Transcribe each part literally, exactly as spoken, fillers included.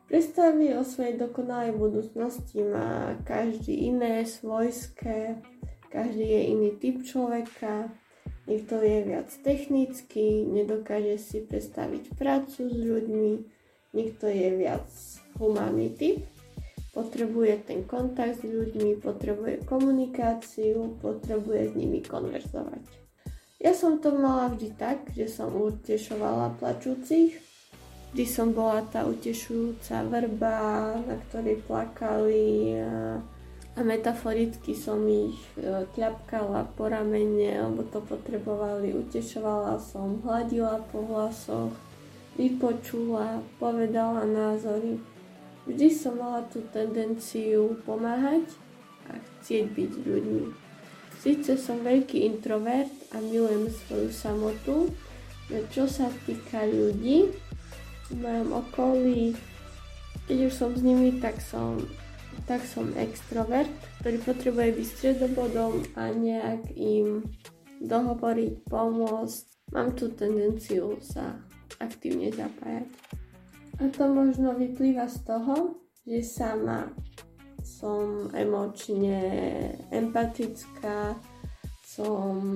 Predstavy o svojej dokonalej budúcnosti má každý iné, svojské, každý je iný typ človeka, niekto je viac technický, nedokáže si predstaviť prácu s ľuďmi, niekto je viac humánny typ, potrebuje ten kontakt s ľuďmi, potrebuje komunikáciu, potrebuje s nimi konverzovať. Ja som to mala vždy tak, že som utešovala plačúcich, vždy som bola tá utešujúca vrba, na ktorej plakali a, a metaforicky som ich kľapkala po ramene, lebo to potrebovali, utešovala som, hladila po hlasoch, vypočula, povedala názory. Vždy som mala tú tendenciu pomáhať a chcieť byť s ľuďmi. Sice som veľký introvert a milujem svoju samotu, no čo sa týka ľudí v mojom okolí, keď už som s nimi, tak som, tak som extrovert, ktorý potrebuje byť stredobodom a nejak im dohovoriť, pomôcť. Mám tú tendenciu sa aktívne zapájať. A to možno vyplýva z toho, že sama som emočne empatická, som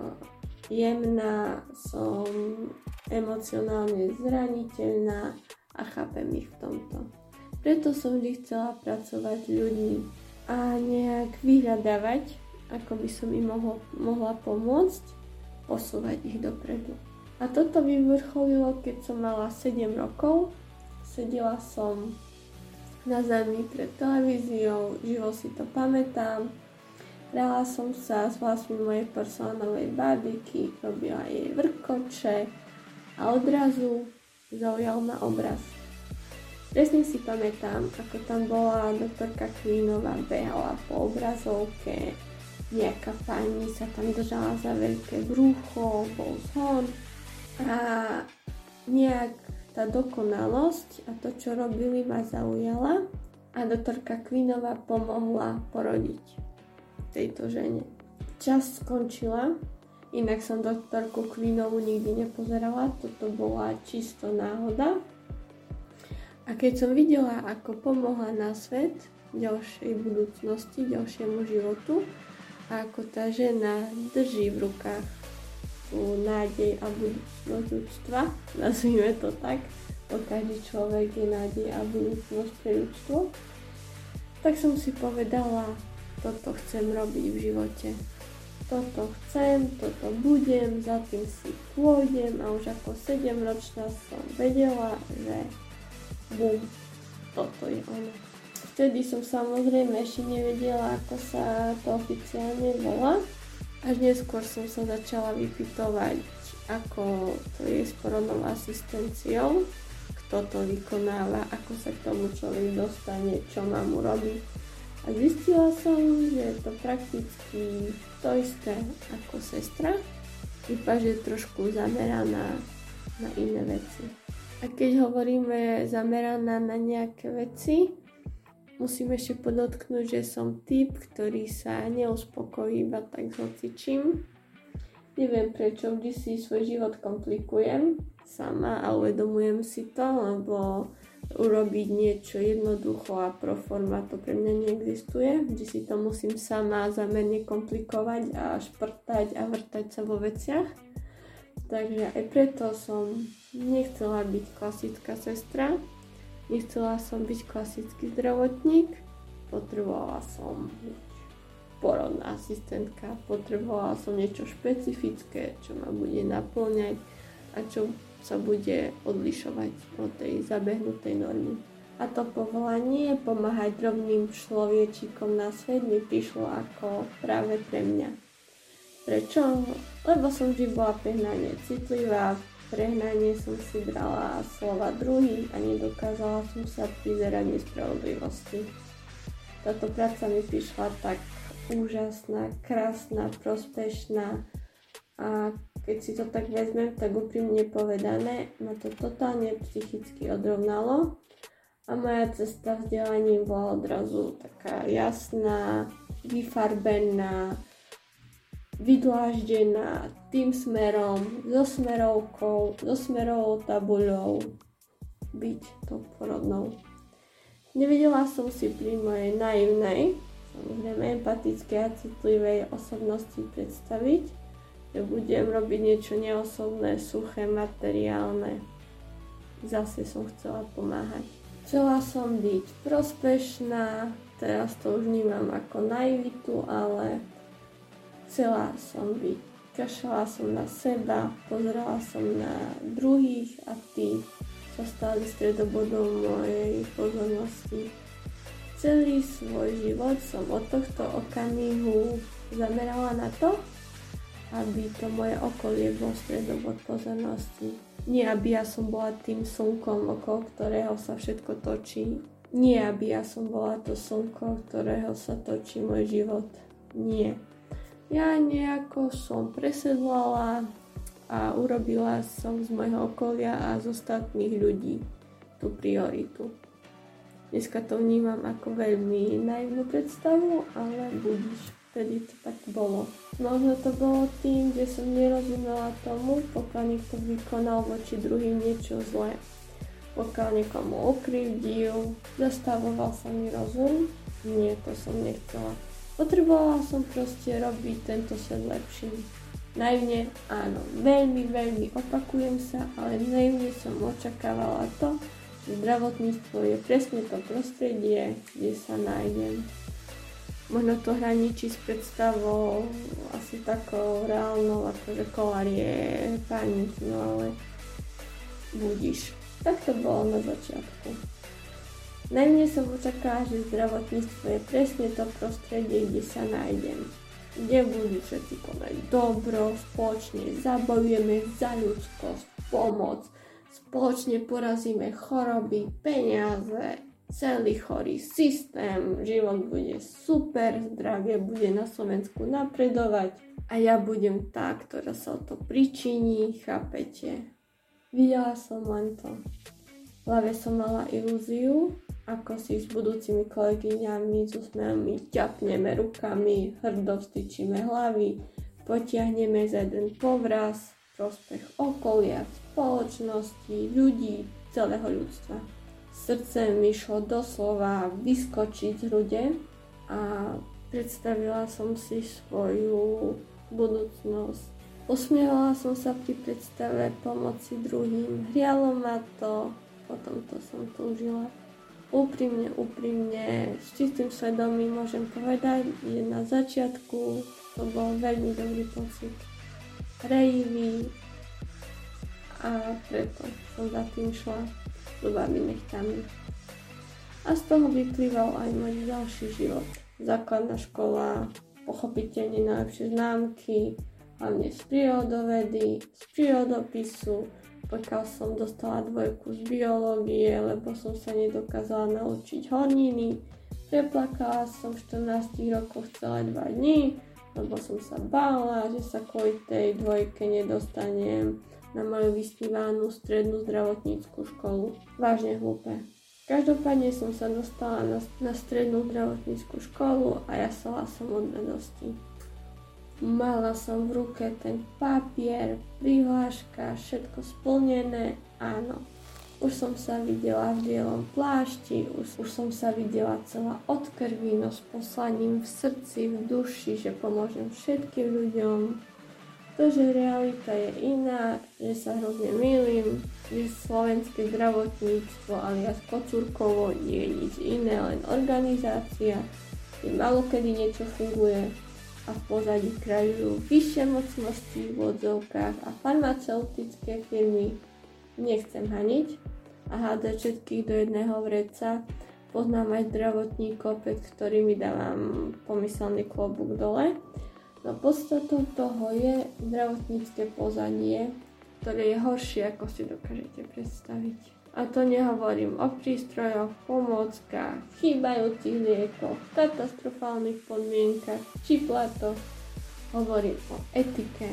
jemná, som emocionálne zraniteľná a chápem ich v tomto. Preto som vždy chcela pracovať s ľuďmi a nejak vyhľadávať, ako by som im mohol, mohla pomôcť, posúvať ich dopredu. A toto vyvrcholilo, keď som mala sedem rokov. Sedela som na zemi pred televíziou, živo si to pamätám. Hrala som sa s vlastmi mojej personálnej bábiky, robila jej vrkoče a odrazu zaujal ma obraz. Presne si pamätám, ako tam bola doktorka Queenová, behala po obrazovke, nejaká pani sa tam držala za veľké brucho, bol zhon a nejak tá dokonalosť a to, čo robili, ma zaujala a doktorka Queenová pomohla porodiť tejto žene. Čas skončila, inak som doktorku Queenovú nikdy nepozerala, toto bola čisto náhoda. A keď som videla, ako pomohla na svet ďalšej budúcnosti, ďalšiemu životu a ako tá žena drží v rukách nádej a budúcnosť ľudstva, nazvime to tak, bo každý človek je nádej a budúcnosť pre ľudstvo, tak som si povedala, toto chcem robiť v živote. Toto chcem, toto budem, za tým si pôjdem a už ako sedemročná som vedela, že bum, toto je ono. Vtedy som samozrejme ešte nevedela, ako sa to oficiálne volá. Až neskôr som sa začala vypytovať, ako to je s porodnou asistenciou, kto to vykonáva, ako sa k tomu človek dostane, čo má mu robiť. A zistila som, že je to prakticky to isté ako sestra, iba že trošku zameraná na iné veci. A keď hovoríme zameraná na nejaké veci, musím ešte podotknúť, že som typ, ktorý sa neuspokojí iba tak s hocičím. Neviem prečo, vždy si svoj život komplikujem sama a uvedomujem si to, lebo urobiť niečo jednoducho a pro forma to pre mňa neexistuje. Vždy si to musím sama zamerne komplikovať a šprtať a vrtať sa vo veciach. Takže aj preto som nechcela byť klasická sestra. Nechcela som byť klasický zdravotník, potrebovala som byť porodná asistentka, potrebovala som niečo špecifické, čo ma bude naplňať a čo sa bude odlišovať od tej zabehnutej normy. A to povolanie pomáhať drobným človečíkom na svet mi prišlo ako práve pre mňa. Prečo? Lebo som vždy bola prehnane citlivá, prehnanie som si brala slova druhých a nedokázala som sa prizerať nespravodlivosti. Táto práca mi prišla tak úžasná, krásna, prospešná a keď si to tak vezmem, tak úprimne povedané, ma to totálne psychicky odrovnalo a moja cesta vzdelaním bola odrazu taká jasná, vyfarbená, vydláždená tým smerom, so smerovkou, so smerovou tabuľou byť tou porodnou Nevedela som si pri mojej naivnej, samozrejme empatickej a citlivej osobnosti predstaviť, že budem robiť niečo neosobné, suché, materiálne. Zase som chcela pomáhať. Chcela som byť prospešná, teraz to už vnímam ako naivitu, ale chcela som byť. Kašala som na seba, pozerala som na druhých a tí sa stali stredobodom mojej pozornosti. Celý svoj život som od tohto okamihu zamerala na to, aby to moje okolie bol stredobod pozornosti. Nie, aby ja som bola tým slnkom, okolo ktorého sa všetko točí. Nie, aby ja som bola to slnko, ktorého sa točí môj život. Nie. Ja nejako som presedlala a urobila som z môjho okolia a z ostatných ľudí tú prioritu. Dneska to vnímam ako veľmi naivnú predstavu, ale budíš, vtedy to tak bolo. Možno to bolo tým, že som nerozumela tomu, pokiaľ niekto vykonal voči druhým niečo zlé. Pokiaľ niekomu ukrivdil, zastavoval sa mi rozum, nie, to som nechcela. Potrebovala som proste robiť tento svet lepším. Naivne, áno, veľmi, veľmi opakujem sa, ale naivne som očakávala to, že zdravotníctvo je presne to prostredie, kde sa nájdem. Možno to hraničí s predstavou asi takou reálnou, akože kolár je pánik, no ale budíš. Tak to bolo na začiatku. Naivne som očakávala, že zdravotníctvo je presne to prostredie, kde sa nájdem. Kde budú všetci konať dobro, spoločne zabojujeme za ľudskosť, pomoc, spoločne porazíme choroby, peniaze, celý chorý systém, život bude super, zdravie bude na Slovensku napredovať a ja budem tá, ktorá sa o to pričiní, chápete? Videla som len to. V hlave som mala ilúziu, ako si s budúcimi kolegyňami s úsmevmi ťapneme rukami, hrdo vstyčíme hlavy, potiahneme za jeden povraz, prospech okolia, spoločnosti, ľudí, celého ľudstva. Srdce mi šlo doslova vyskočiť z hrude a predstavila som si svoju budúcnosť. Usmievala som sa pri predstave pomoci druhým, hrialo ma to, potom to som túžila. Úprimne, úprimne, s čistým svedomím môžem povedať, že na začiatku to bol veľmi dobrý pocit. Rejivý a preto som za tým šla zubami nechtami. A z toho vyplýval aj môj ďalší život. Základná škola, pochopiteľne najlepšie známky, hlavne z prírodovedy, z prírodopisu, pokiaľ som dostala dvojku z biológie, lebo som sa nedokázala naučiť horniny. Preplakala som v štrnástich rokoch celé dva dni, lebo som sa bála, že sa kvôli tej dvojke nedostanem na moju vysnívanú strednú zdravotníckú školu. Vážne hlúpe. Každopádne som sa dostala na, na strednú zdravotníckú školu a ja sala som od radosti. Mala som v ruke ten papier, prihláška, všetko splnené, áno. Už som sa videla v bielom plášti, už, už som sa videla celá od krvi, no s poslaním v srdci, v duši, že pomôžem všetkým ľuďom. To, že realita je iná, že sa hrozne mýlim, že slovenské zdravotníctvo alias Kocúrkovo nie je nič iné, len organizácia, kde malokedy niečo funguje. A v pozadí kráľujú vyššie mocnosti v odzovkách a farmaceutické firmy. Nechcem haniť a hádať všetkých do jedného vreca. Poznám aj zdravotníkov, pred ktorými dávam pomyselný klobúk dole. No podstatou toho je zdravotnícke pozadie, ktoré je horšie, ako si dokážete predstaviť. A to nehovorím o prístrojoch, pomôckach, chýbajúcich liekoch, katastrofálnych podmienkach či platoch. Hovorím o etike,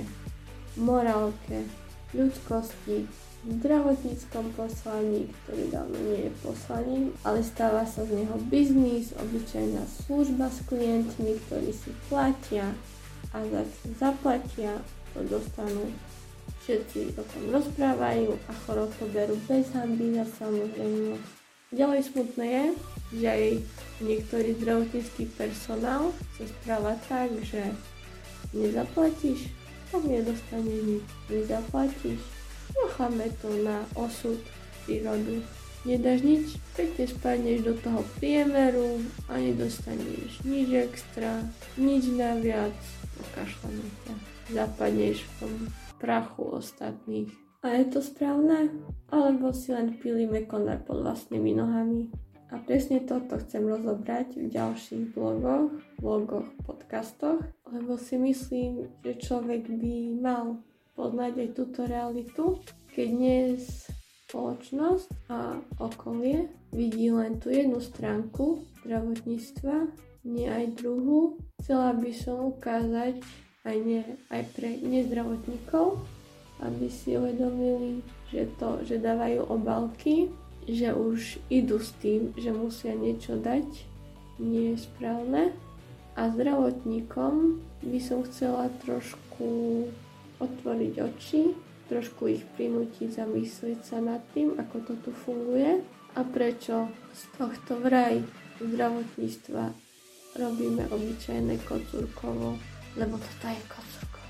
morálke, ľudskosti, zdravotníckom poslaní, ktorý dávno nie je poslaním, ale stáva sa z neho biznis, obyčajná služba s klientmi, ktorí si platia a za čo zaplatia, to dostanú. Všetci o tom rozprávajú a chorób to berú bez hanby za samozrejmosť. Ďalej smutné je, že aj niektorý zdravotnícky personál sa správa tak, že nezaplatíš, tak nedostaneš nič. Nezaplatíš, necháme to na osud prírodu. Nedáš nič, pekne spadneš do toho priemeru a nedostaneš nič extra, nič naviac, pokašľame ťa. Zapadneš v tom prachu ostatných. A je to správne? Alebo si len pílime konár pod vlastnými nohami? A presne toto chcem rozobrať v ďalších blogoch, blogoch, podcastoch, lebo si myslím, že človek by mal poznať aj túto realitu, keď dnes spoločnosť a okolie vidí len tú jednu stránku zdravotníctva, nie aj druhú. Chcela by som ukázať aj, nie, aj pre nezdravotníkov, aby si uvedomili, že to, že dávajú obálky, že už idú s tým, že musia niečo dať, nie je správne. A zdravotníkom by som chcela trošku otvoriť oči, trošku ich prinútiť zamyslieť sa nad tým, ako to tu funguje a prečo z tohto vraj zdravotníctva robíme obyčajné kocúrkovo, lebo toto je kocúrkovo.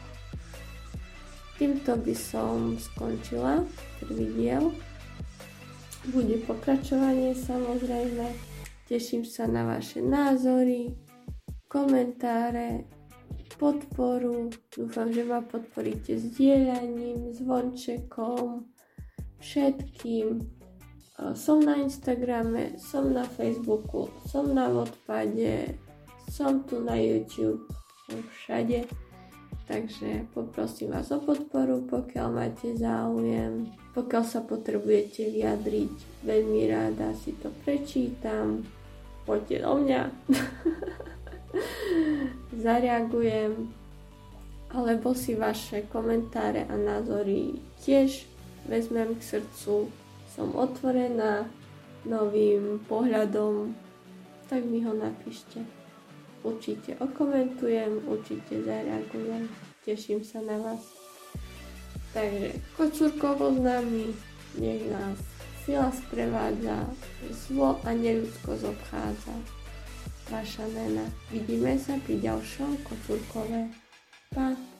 Týmto by som skončila prvý diel. Bude pokračovanie samozrejme. Teším sa na vaše názory, komentáre, podporu. Dúfam, že ma podporíte zdieľaním, zvončekom, všetkým. Som na Instagrame, som na Facebooku, som na Wattpade, som tu na YouTube, som všade. Takže poprosím vás o podporu, pokiaľ máte záujem. Pokiaľ sa potrebujete vyjadriť, veľmi ráda si to prečítam. Poďte do mňa. Zareagujem. Alebo si vaše komentáre a názory tiež vezmem k srdcu. Som otvorená novým pohľadom, tak mi ho napíšte. Určite okomentujem, určite zareagujem. Teším sa na vás. Takže kocúrkovo s nami, nech nás sila sprevádza, zlo a neľudskosť obchádza. Vaša Nena. Vidíme sa pri ďalšom kocúrkove. Pa!